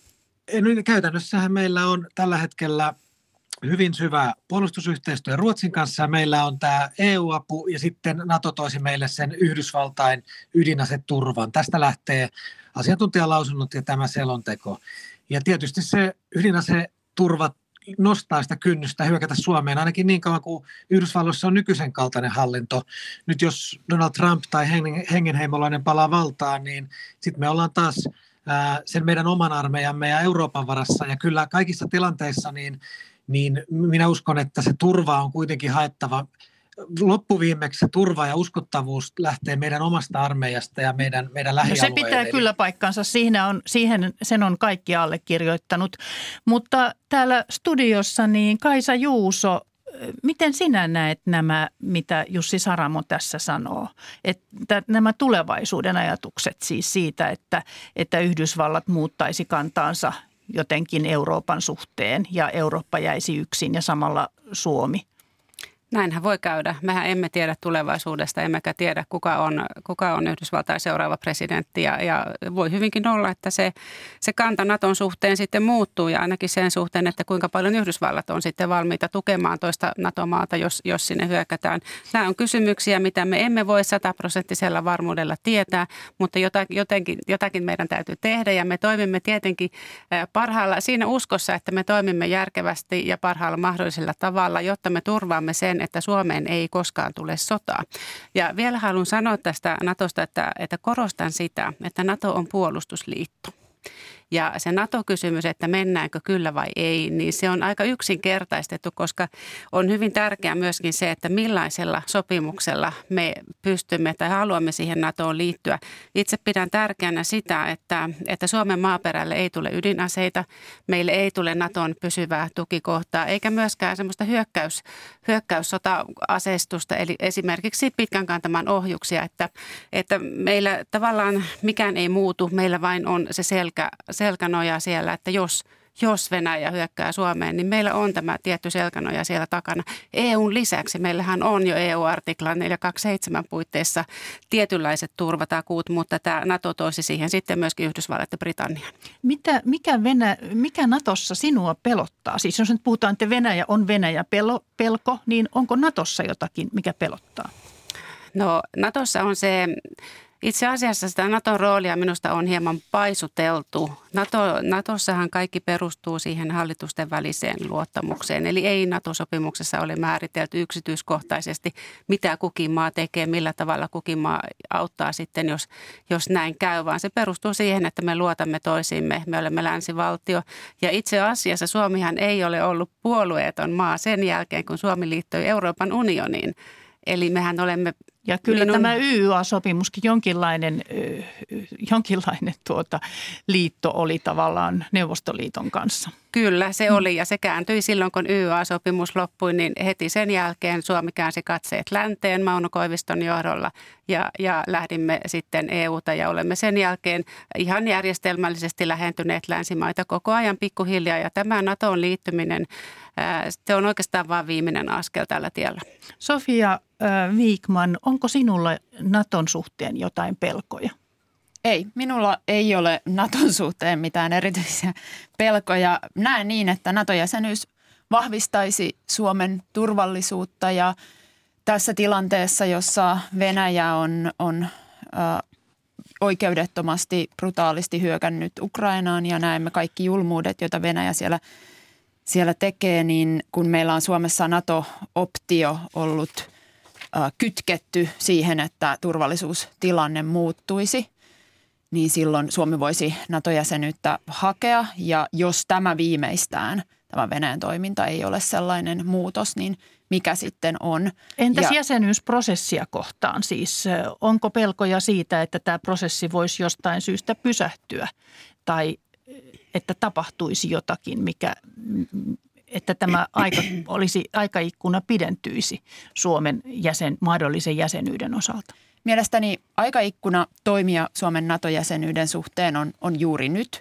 No, käytännössähän meillä on tällä hetkellä hyvin syvä puolustusyhteistyö Ruotsin kanssa. Meillä on tämä E U-apu ja sitten NATO toisi meille sen Yhdysvaltain ydinaseturvan. Tästä lähtee asiantuntijalausunnot ja tämä selonteko. Ja tietysti se ydinaseturva nostaa sitä kynnystä hyökätä Suomeen ainakin niin kauan kuin Yhdysvalloissa on nykyisen kaltainen hallinto. Nyt jos Donald Trump tai hengenheimolainen palaa valtaan, niin sitten me ollaan taas ää, sen meidän oman armeijamme ja Euroopan varassa. Ja kyllä kaikissa tilanteissa niin niin minä uskon, että se turva on kuitenkin haettava. Loppuviimeksi se turva ja uskottavuus lähtee meidän omasta armeijasta ja meidän, meidän lähialueille. No se pitää kyllä paikkansa. Siinä on, siihen, sen on kaikki allekirjoittanut. Mutta täällä studiossa niin Kaisa Juuso, miten sinä näet nämä, mitä Jussi Saramo tässä sanoo? Että nämä tulevaisuuden ajatukset siis siitä, että, että Yhdysvallat muuttaisi kantaansa jotenkin Euroopan suhteen ja Eurooppa jäisi yksin ja samalla Suomi. Näinhän voi käydä. Mehän emme tiedä tulevaisuudesta, emmekä tiedä kuka on, kuka on Yhdysvaltain seuraava presidentti ja, ja voi hyvinkin olla, että se, se kanta Naton suhteen sitten muuttuu ja ainakin sen suhteen, että kuinka paljon Yhdysvallat on sitten valmiita tukemaan toista NATO-maata, jos, jos sinne hyökätään. Nämä on kysymyksiä, mitä me emme voi sataprosenttisella varmuudella tietää, mutta jotakin, jotenkin, jotakin meidän täytyy tehdä ja me toimimme tietenkin parhaalla siinä uskossa, että me toimimme järkevästi ja parhaalla mahdollisella tavalla, jotta me turvaamme sen, että Suomeen ei koskaan tule sotaa. Ja vielä haluan sanoa tästä NATOsta, että, että korostan sitä, että NATO on puolustusliitto. Ja se NATO-kysymys, että mennäänkö kyllä vai ei, niin se on aika yksinkertaistettu, koska on hyvin tärkeää myöskin se, että millaisella sopimuksella me pystymme tai haluamme siihen NATOon liittyä. Itse pidän tärkeänä sitä, että, että Suomen maaperälle ei tule ydinaseita, meille ei tule NATOn pysyvää tukikohtaa, eikä myöskään semmoista hyökkäys, hyökkäyssota-aseistusta, eli esimerkiksi pitkän kantaman ohjuksia, että, että meillä tavallaan mikään ei muutu, meillä vain on se selkä, selkänoja siellä, että jos, jos Venäjä hyökkää Suomeen, niin meillä on tämä tietty selkänoja siellä takana. E U:n lisäksi meillähän on jo E U-artiklan neljäsataakaksikymmentäseitsemän puitteissa tietynlaiset turvatakuut, mutta tämä NATO toisi siihen sitten myöskin Yhdysvallat ja Britannian. Mitä, mikä, Venä, mikä NATOssa sinua pelottaa? Siis jos nyt puhutaan, että Venäjä on Venäjä pelo, pelko, niin onko NATOssa jotakin, mikä pelottaa? No NATOssa on se... Itse asiassa sitä NATOn roolia minusta on hieman paisuteltu. NATO, NATOssahan kaikki perustuu siihen hallitusten väliseen luottamukseen. Eli ei NATO-sopimuksessa ole määritelty yksityiskohtaisesti, mitä kukin maa tekee, millä tavalla kukin maa auttaa sitten, jos, jos näin käy. Vaan se perustuu siihen, että me luotamme toisiimme. Me olemme länsivaltio. Ja itse asiassa Suomihan ei ole ollut puolueeton maa sen jälkeen, kun Suomi liittyi Euroopan unioniin. Eli mehän olemme... Ja kyllä minun... tämä Y Y A-sopimuskin jonkinlainen, jonkinlainen tuota, liitto oli tavallaan Neuvostoliiton kanssa. Kyllä, se oli ja se kääntyi silloin, kun Y Y A-sopimus loppui, niin heti sen jälkeen Suomi käänsi katseet länteen Mauno Koiviston johdolla ja, ja lähdimme sitten E U:ta ja olemme sen jälkeen ihan järjestelmällisesti lähentyneet länsimaita koko ajan pikkuhiljaa ja tämä NATOon liittyminen, se on oikeastaan vain viimeinen askel tällä tiellä. Sofia Vikman, onko sinulla NATOn suhteen jotain pelkoja? Ei, minulla ei ole NATOn suhteen mitään erityisiä pelkoja. Näen niin, että NATO-jäsenyys vahvistaisi Suomen turvallisuutta ja tässä tilanteessa, jossa Venäjä on, on äh, oikeudettomasti, brutaalisti hyökännyt Ukrainaan ja näemme kaikki julmuudet, joita Venäjä siellä, siellä tekee, niin kun meillä on Suomessa NATO-optio ollut äh, kytketty siihen, että turvallisuustilanne muuttuisi, niin silloin Suomi voisi NATO-jäsenyyttä hakea. Ja jos tämä viimeistään, tämä Venäjän toiminta ei ole sellainen muutos, niin mikä sitten on? Entäs ja, jäsenyysprosessia kohtaan siis? Onko pelkoja siitä, että tämä prosessi voisi jostain syystä pysähtyä tai että tapahtuisi jotakin, mikä, että tämä aika, olisi, aikaikkuna pidentyisi Suomen jäsen, mahdollisen jäsenyyden osalta? Mielestäni aikaikkuna toimia Suomen NATO-jäsenyyden suhteen on, on juuri nyt.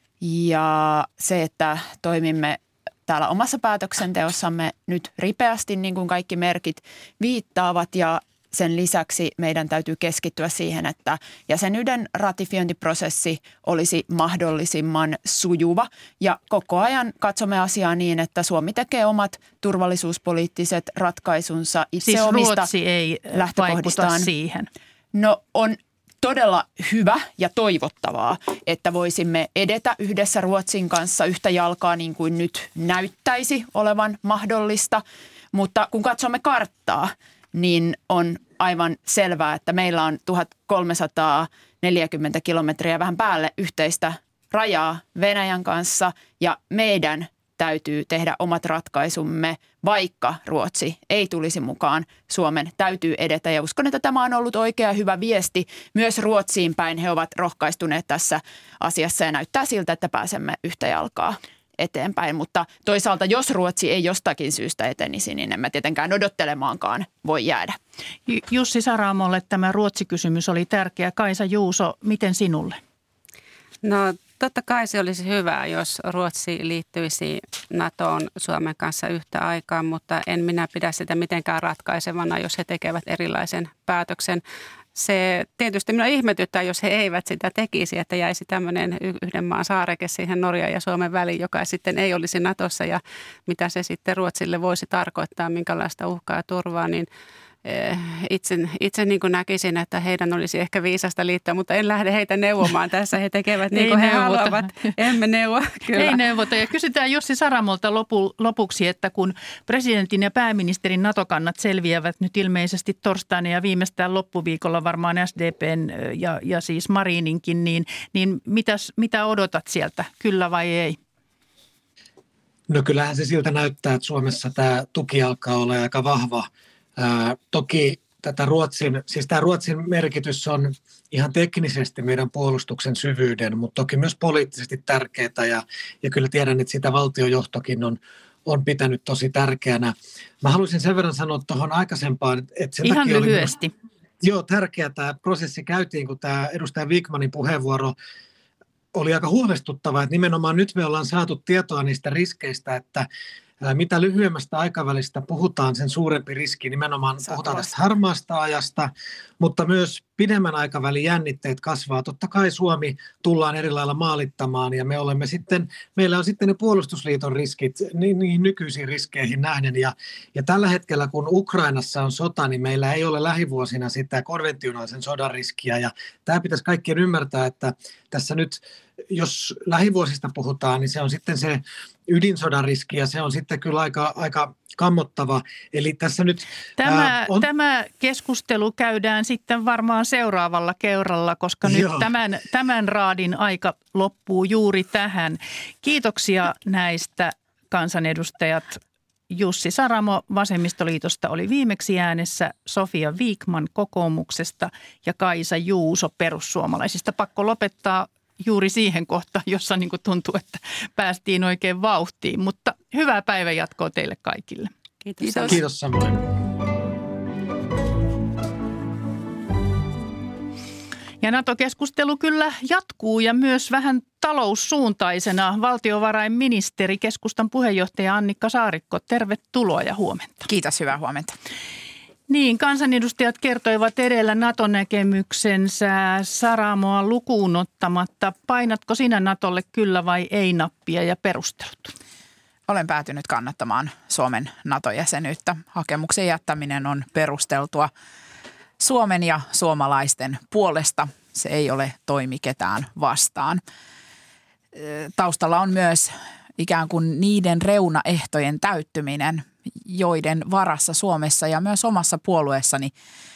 Ja se, että toimimme täällä omassa päätöksenteossamme nyt ripeästi, niin kuin kaikki merkit viittaavat, ja sen lisäksi meidän täytyy keskittyä siihen, että jäsenyyden ratifiointiprosessi olisi mahdollisimman sujuva. Ja koko ajan katsomme asiaa niin, että Suomi tekee omat turvallisuuspoliittiset ratkaisunsa itse siis omista Ruotsi ei lähtökohdistaan. vaikuta siihen? No on todella hyvä ja toivottavaa, että voisimme edetä yhdessä Ruotsin kanssa yhtä jalkaa niin kuin nyt näyttäisi olevan mahdollista. Mutta kun katsomme karttaa, niin on aivan selvää, että meillä on tuhatkolmesataaneljäkymmentä kilometriä vähän päälle yhteistä rajaa Venäjän kanssa ja meidän täytyy tehdä omat ratkaisumme, vaikka Ruotsi ei tulisi mukaan. Suomen täytyy edetä ja uskon, että tämä on ollut oikea hyvä viesti myös Ruotsiin päin. He ovat rohkaistuneet tässä asiassa ja näyttää siltä, että pääsemme yhtä jalkaa eteenpäin, mutta toisaalta jos Ruotsi ei jostakin syystä etenisi, niin emme tietenkään odottelemaankaan voi jäädä. Jussi Saramolle tämä Ruotsi-kysymys oli tärkeä. Kaisa Juuso, miten sinulle? No totta kai se olisi hyvä, jos Ruotsi liittyisi NATOon Suomen kanssa yhtä aikaa, mutta en minä pidä sitä mitenkään ratkaisevana, jos he tekevät erilaisen päätöksen. Se tietysti minua ihmetyttää, jos he eivät sitä tekisi, että jäisi tämmöinen yhden maan saareke siihen Norjan ja Suomen väliin, joka sitten ei olisi NATOssa ja mitä se sitten Ruotsille voisi tarkoittaa, minkälaista uhkaa ja turvaa, niin itse, itse niin kuin näkisin, että heidän olisi ehkä viisasta liittyä, mutta en lähde heitä neuvomaan tässä. He tekevät niin kuin he haluavat. Emme neuvo, kyllä. Ei neuvota. Ja kysytään Jussi Saramolta lopu, lopuksi, että kun presidentin ja pääministerin NATO-kannat selviävät nyt ilmeisesti torstaina ja viimeistään loppuviikolla varmaan S D P:n ja, ja siis Marininkin, niin, niin mitäs, mitä odotat sieltä, kyllä vai ei? No kyllähän se siltä näyttää, että Suomessa tämä tuki alkaa olla aika vahva. Ää, toki tätä Ruotsin, siis tämä Ruotsin merkitys on ihan teknisesti meidän puolustuksen syvyyden, mutta toki myös poliittisesti tärkeää ja, ja kyllä tiedän, että sitä valtiojohtokin on, on pitänyt tosi tärkeänä. Mä haluaisin sen verran sanoa tuohon aikaisempaan, että sen ihan takia lyhyesti. Oli myös, joo, tärkeä tämä prosessi käytiin, kun tämä edustaja Vikmanin puheenvuoro oli aika huolestuttava, että nimenomaan nyt me ollaan saatu tietoa niistä riskeistä, että mitä lyhyemmästä aikavälistä puhutaan, sen suurempi riski. Nimenomaan puhutaan tästä harmaasta ajasta, mutta myös pidemmän aikavälin jännitteet kasvaa. Totta kai Suomi tullaan eri lailla maalittamaan ja me olemme sitten, meillä on sitten ne puolustusliiton riskit niihin nykyisiin riskeihin nähden. Ja, ja tällä hetkellä, kun Ukrainassa on sota, niin meillä ei ole lähivuosina sitä konventionaalisen sodan riskiä. Ja tämä pitäisi kaikkien ymmärtää, että tässä nyt, jos lähivuosista puhutaan, niin se on sitten se ydinsodan riski ja se on sitten kyllä aika, aika kammottava. Eli tässä nyt Tämä, ää, on... tämä keskustelu käydään sitten varmaan seuraavalla kerralla, koska nyt tämän, tämän raadin aika loppuu juuri tähän. Kiitoksia näistä kansanedustajat. Jussi Saramo Vasemmistoliitosta oli viimeksi äänessä, Sofia Vikman kokoomuksesta ja Kaisa Juuso perussuomalaisista. Pakko lopettaa juuri siihen kohtaan, jossa niin kuin tuntuu, että päästiin oikein vauhtiin. Mutta hyvää päivänjatkoa teille kaikille. Kiitos. Kiitos, Kiitos samoin. Ja NATO-keskustelu kyllä jatkuu ja myös vähän taloussuuntaisena. Valtiovarainministeri, keskustan puheenjohtaja Annikka Saarikko, tervetuloa ja huomenta. Kiitos, hyvää huomenta. Niin, kansanedustajat kertoivat edellä NATO-näkemyksensä Saramoa lukuun ottamatta. Painatko sinä NATOlle kyllä vai ei nappia ja perustelut? Olen päätynyt kannattamaan Suomen NATO-jäsenyyttä. Hakemuksen jättäminen on perusteltua Suomen ja suomalaisten puolesta. Se ei ole toimi ketään vastaan. Taustalla on myös ikään kuin niiden reunaehtojen täyttyminen, joiden varassa Suomessa ja myös omassa puolueessani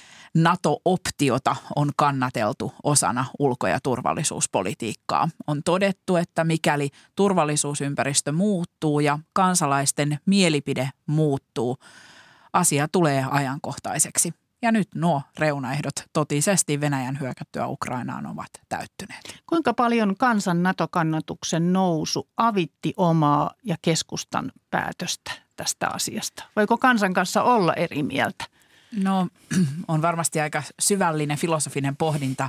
NATO-optiota on kannateltu osana ulko- ja turvallisuuspolitiikkaa. On todettu, että mikäli turvallisuusympäristö muuttuu ja kansalaisten mielipide muuttuu, asia tulee ajankohtaiseksi. Ja nyt nuo reunaehdot totisesti Venäjän hyökättyä Ukrainaan ovat täyttyneet. Kuinka paljon kansan NATO-kannatuksen nousu avitti omaa ja keskustan päätöstä tästä asiasta? Voiko kansan kanssa olla eri mieltä? No on varmasti aika syvällinen filosofinen pohdinta,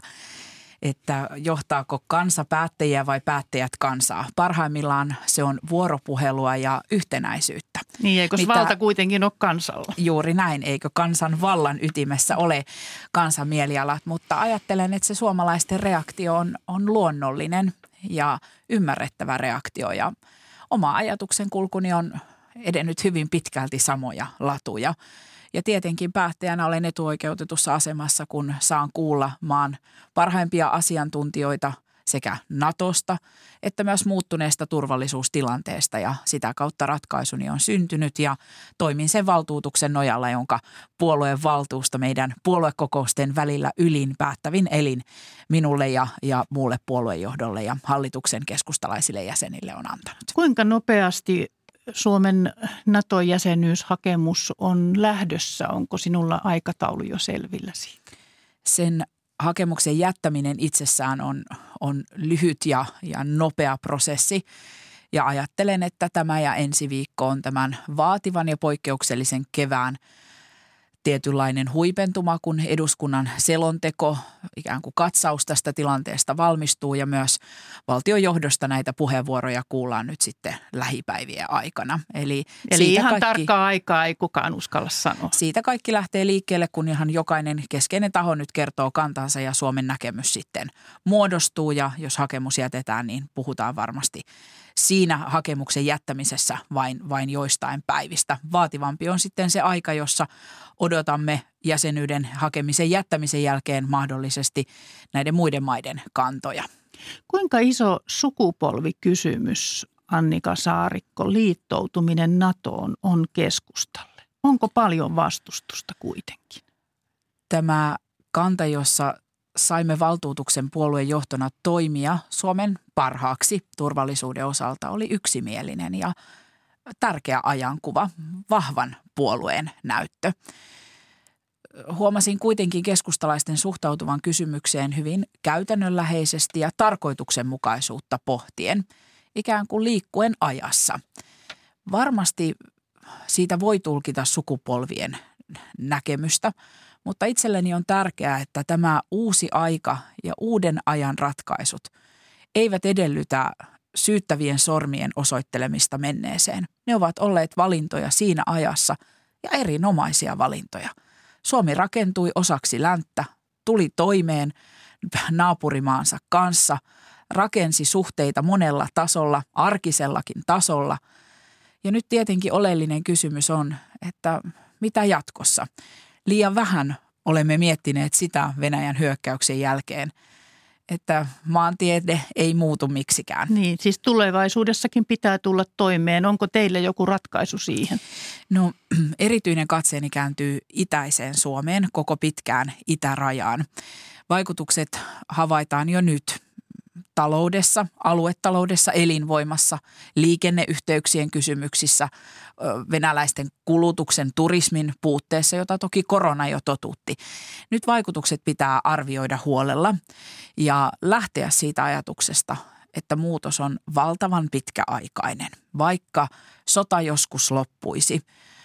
että johtaako kansa päättäjiä vai päättäjät kansaa. Parhaimmillaan se on vuoropuhelua ja yhtenäisyyttä. Niin, eikö Mitä, valta kuitenkin ole kansalla? Juuri näin, eikö kansan vallan ytimessä ole kansan mielialat, mutta ajattelen, että se suomalaisten reaktio on, on luonnollinen ja ymmärrettävä reaktio. Ja oma ajatuksen kulkuni on edennyt hyvin pitkälti samoja latuja. Ja tietenkin päättäjänä olen etuoikeutetussa asemassa, kun saan kuulla maan parhaimpia asiantuntijoita sekä Natosta että myös muuttuneesta turvallisuustilanteesta. Ja sitä kautta ratkaisuni on syntynyt ja toimin sen valtuutuksen nojalla, jonka puolueen valtuusto meidän puoluekokousten välillä ylin päättävin elin minulle ja, ja muulle puoluejohdolle ja hallituksen keskustalaisille jäsenille on antanut. Kuinka nopeasti Suomen NATO-jäsenyyshakemus on lähdössä? Onko sinulla aikataulu jo selvillä siitä? Sen hakemuksen jättäminen itsessään on, on lyhyt ja, ja nopea prosessi. Ja ajattelen, että tämä ja ensi viikko on tämän vaativan ja poikkeuksellisen kevään tietynlainen huipentuma, kun eduskunnan selonteko, ikään kuin katsaus tästä tilanteesta valmistuu ja myös valtiojohdosta näitä puheenvuoroja kuullaan nyt sitten lähipäivien aikana. Eli, Eli ihan kaikki, tarkkaa aikaa ei kukaan uskalla sanoa. Siitä kaikki lähtee liikkeelle, kun ihan jokainen keskeinen taho nyt kertoo kantansa ja Suomen näkemys sitten muodostuu ja jos hakemus jätetään, niin puhutaan varmasti siinä hakemuksen jättämisessä vain, vain joistain päivistä. Vaativampi on sitten se aika, jossa odotamme jäsenyyden hakemisen jättämisen jälkeen mahdollisesti näiden muiden maiden kantoja. Kuinka iso sukupolvikysymys, Annika Saarikko, liittoutuminen NATOon on keskustalle? Onko paljon vastustusta kuitenkin? Tämä kanta, jossa saimme valtuutuksen puolueen johtona toimia Suomen parhaaksi turvallisuuden osalta, oli yksimielinen ja tärkeä ajankuva, vahvan puolueen näyttö. Huomasin kuitenkin keskustalaisten suhtautuvan kysymykseen hyvin käytännönläheisesti ja tarkoituksenmukaisuutta pohtien, ikään kuin liikkuen ajassa. Varmasti siitä voi tulkita sukupolvien näkemystä, mutta itselleni on tärkeää, että tämä uusi aika ja uuden ajan ratkaisut eivät edellytä syyttävien sormien osoittelemista menneeseen. Ne ovat olleet valintoja siinä ajassa ja erinomaisia valintoja. Suomi rakentui osaksi länttä, tuli toimeen naapurimaansa kanssa, rakensi suhteita monella tasolla, arkisellakin tasolla. Ja nyt tietenkin oleellinen kysymys on, että mitä jatkossa? Liian vähän olemme miettineet sitä Venäjän hyökkäyksen jälkeen, että maantiede ei muutu miksikään. Niin, siis tulevaisuudessakin pitää tulla toimeen. Onko teillä joku ratkaisu siihen? No erityinen katseeni kääntyy itäiseen Suomeen, koko pitkään itärajaan. Vaikutukset havaitaan jo nyt taloudessa, aluetaloudessa, elinvoimassa, liikenneyhteyksien kysymyksissä, venäläisten kulutuksen, turismin puutteessa, jota toki korona jo totutti. Nyt vaikutukset pitää arvioida huolella ja lähteä siitä ajatuksesta, että muutos on valtavan pitkäaikainen. Vaikka sota joskus loppuisi,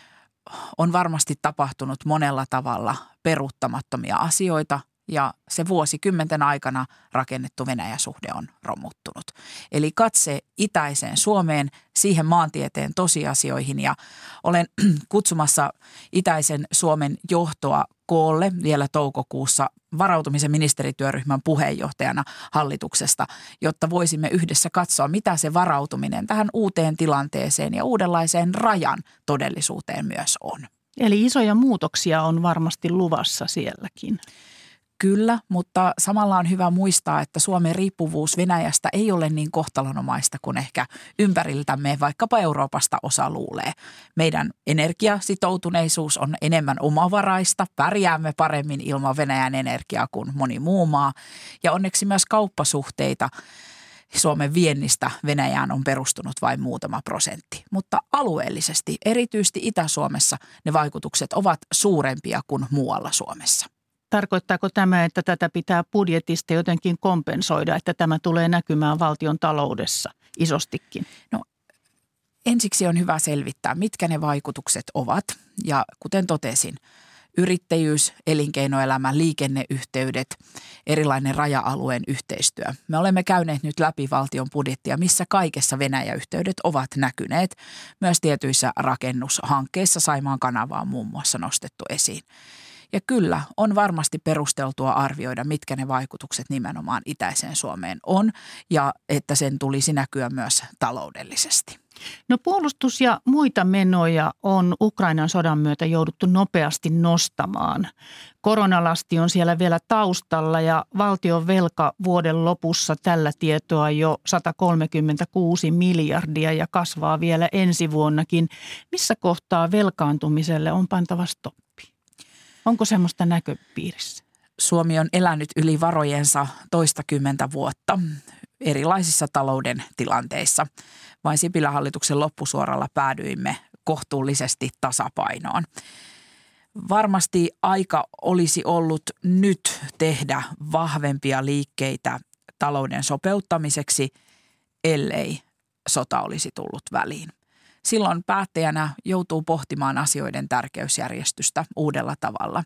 on varmasti tapahtunut monella tavalla peruuttamattomia asioita, ja se vuosikymmenten aikana rakennettu Venäjä-suhde on romuttunut. Eli katse itäiseen Suomeen, siihen maantieteen tosiasioihin ja olen kutsumassa itäisen Suomen johtoa koolle vielä toukokuussa varautumisen ministerityöryhmän puheenjohtajana hallituksesta, jotta voisimme yhdessä katsoa, mitä se varautuminen tähän uuteen tilanteeseen ja uudenlaiseen rajan todellisuuteen myös on. Eli isoja muutoksia on varmasti luvassa sielläkin. Kyllä, mutta samalla on hyvä muistaa, että Suomen riippuvuus Venäjästä ei ole niin kohtalonomaista kuin ehkä ympäriltämme, vaikkapa Euroopasta osa luulee. Meidän energiasitoutuneisuus on enemmän omavaraista, pärjäämme paremmin ilman Venäjän energiaa kuin moni muu maa ja onneksi myös kauppasuhteita Suomen viennistä Venäjään on perustunut vain muutama prosentti, mutta alueellisesti, erityisesti Itä-Suomessa, ne vaikutukset ovat suurempia kuin muualla Suomessa. Tarkoittaako tämä, että tätä pitää budjetista jotenkin kompensoida, että tämä tulee näkymään valtion taloudessa isostikin? No ensiksi on hyvä selvittää, mitkä ne vaikutukset ovat ja kuten totesin, yrittäjyys, elinkeinoelämä, liikenneyhteydet, erilainen raja-alueen yhteistyö. Me olemme käyneet nyt läpi valtion budjettia, missä kaikessa Venäjä-yhteydet ovat näkyneet. Myös tietyissä rakennushankkeissa Saimaan kanavaa on muun muassa nostettu esiin. Ja kyllä, on varmasti perusteltua arvioida, mitkä ne vaikutukset nimenomaan itäiseen Suomeen on ja että sen tulisi näkyä myös taloudellisesti. No puolustus ja muita menoja on Ukrainan sodan myötä jouduttu nopeasti nostamaan. Koronalasti on siellä vielä taustalla ja valtion velka vuoden lopussa tällä tietoa jo sata kolmekymmentäkuusi miljardia ja kasvaa vielä ensi vuonnakin. Missä kohtaa velkaantumiselle on pantava stoppi? Onko semmoista näköpiirissä? Suomi on elänyt yli varojensa toistakymmentä vuotta erilaisissa talouden tilanteissa. Vain Sipilän hallituksen loppusuoralla päädyimme kohtuullisesti tasapainoon. Varmasti aika olisi ollut nyt tehdä vahvempia liikkeitä talouden sopeuttamiseksi, ellei sota olisi tullut väliin. Silloin päättäjänä joutuu pohtimaan asioiden tärkeysjärjestystä uudella tavalla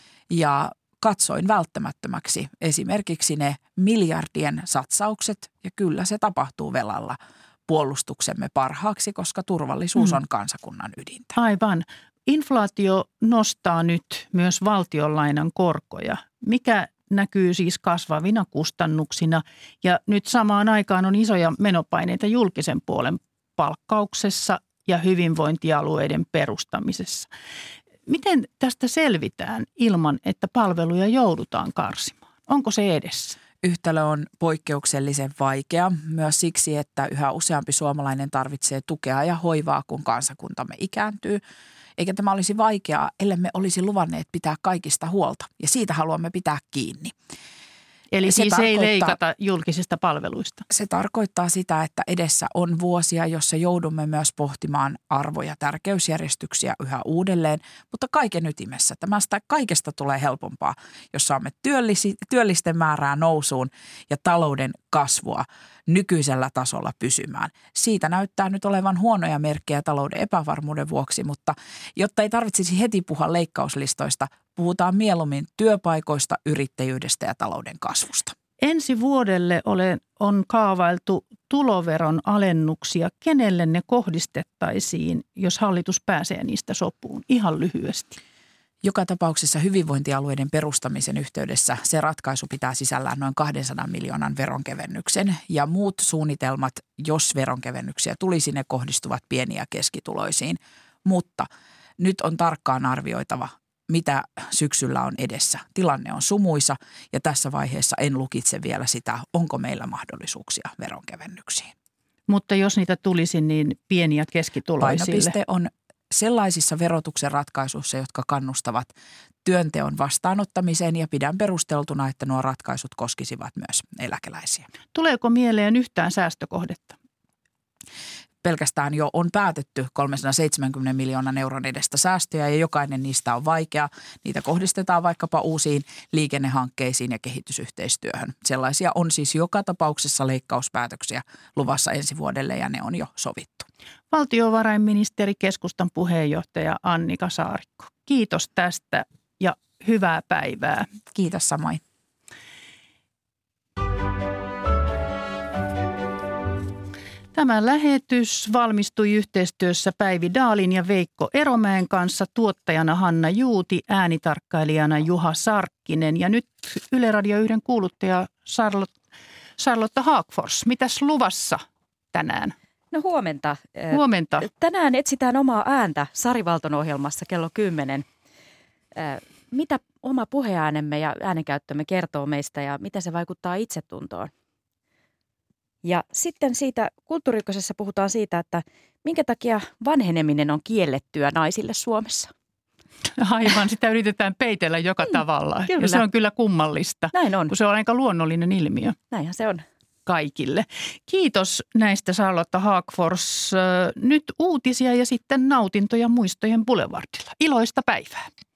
ja katsoin välttämättömäksi esimerkiksi ne miljardien satsaukset ja kyllä se tapahtuu velalla puolustuksemme parhaaksi, koska turvallisuus on kansakunnan ydintä. Aivan. Inflaatio nostaa nyt myös valtionlainan korkoja, mikä näkyy siis kasvavina kustannuksina ja nyt samaan aikaan on isoja menopaineita julkisen puolen palkkauksessa ja hyvinvointialueiden perustamisessa. Miten tästä selvitään ilman, että palveluja joudutaan karsimaan? Onko se edessä? Yhtälö on poikkeuksellisen vaikea myös siksi, että yhä useampi suomalainen tarvitsee tukea ja hoivaa, kun kansakuntamme ikääntyy. Eikä tämä olisi vaikeaa, ellemme olisi luvanneet pitää kaikista huolta ja siitä haluamme pitää kiinni. Eli se siis ei leikata julkisista palveluista? Se tarkoittaa sitä, että edessä on vuosia, jossa joudumme myös pohtimaan arvoja, tärkeysjärjestyksiä yhä uudelleen, mutta kaiken ytimessä. Tämästä kaikesta tulee helpompaa, jos saamme työllisten määrää nousuun ja talouden kasvua nykyisellä tasolla pysymään. Siitä näyttää nyt olevan huonoja merkkejä talouden epävarmuuden vuoksi, mutta jotta ei tarvitsisi heti puhua leikkauslistoista, puhutaan mieluummin työpaikoista, yrittäjyydestä ja talouden kasvusta. Ensi vuodelle ole, on kaavailtu tuloveron alennuksia. Kenelle ne kohdistettaisiin, jos hallitus pääsee niistä sopuun? Ihan lyhyesti. Joka tapauksessa hyvinvointialueiden perustamisen yhteydessä se ratkaisu pitää sisällään noin kahdensadan miljoonan veronkevennyksen ja muut suunnitelmat, jos veronkevennyksiä tulisi, ne kohdistuvat pieni- ja keskituloisiin. Mutta nyt on tarkkaan arvioitava, mitä syksyllä on edessä. Tilanne on sumuisa ja tässä vaiheessa en lukitse vielä sitä, onko meillä mahdollisuuksia veronkevennyksiin. Mutta jos niitä tulisi, niin pieni- ja keskituloisille. Painopiste on sellaisissa verotuksen ratkaisuissa, jotka kannustavat työnteon vastaanottamiseen ja pidän perusteltuna, että nuo ratkaisut koskisivat myös eläkeläisiä. Tuleeko mieleen yhtään säästökohdetta? Pelkästään jo on päätetty kolmesataaseitsemänkymmentä miljoonan euron edestä säästöjä ja jokainen niistä on vaikea. Niitä kohdistetaan vaikkapa uusiin liikennehankkeisiin ja kehitysyhteistyöhön. Sellaisia on siis joka tapauksessa leikkauspäätöksiä luvassa ensi vuodelle ja ne on jo sovittu. Valtiovarainministeri, keskustan puheenjohtaja Annika Saarikko. Kiitos tästä ja hyvää päivää. Kiitos samoin. Tämä lähetys valmistui yhteistyössä Päivi Daalin ja Veikko Eromäen kanssa, tuottajana Hanna Juuti, äänitarkkailijana Juha Sarkkinen ja nyt Yle Radio yhden kuuluttaja Charlotte, Charlotte Haagfors. Mitäs luvassa tänään? No huomenta. Huomenta. Tänään etsitään omaa ääntä Sari Valton ohjelmassa kello kymmenen. Mitä oma puheäänemme ja äänenkäyttömme kertoo meistä ja miten se vaikuttaa itsetuntoon. Ja sitten siitä Kulttuuri Ykkösessä puhutaan siitä, että minkä takia vanheneminen on kiellettyä naisille Suomessa. Aivan, sitä yritetään peitellä joka mm, tavalla kyllä. Ja se on kyllä kummallista, Näin on. kun se on aika luonnollinen ilmiö. Näinhän se on. Kaikille. Kiitos näistä Charlotte Haagfors. Nyt uutisia ja sitten nautintoja muistojen Boulevardilla. Iloista päivää.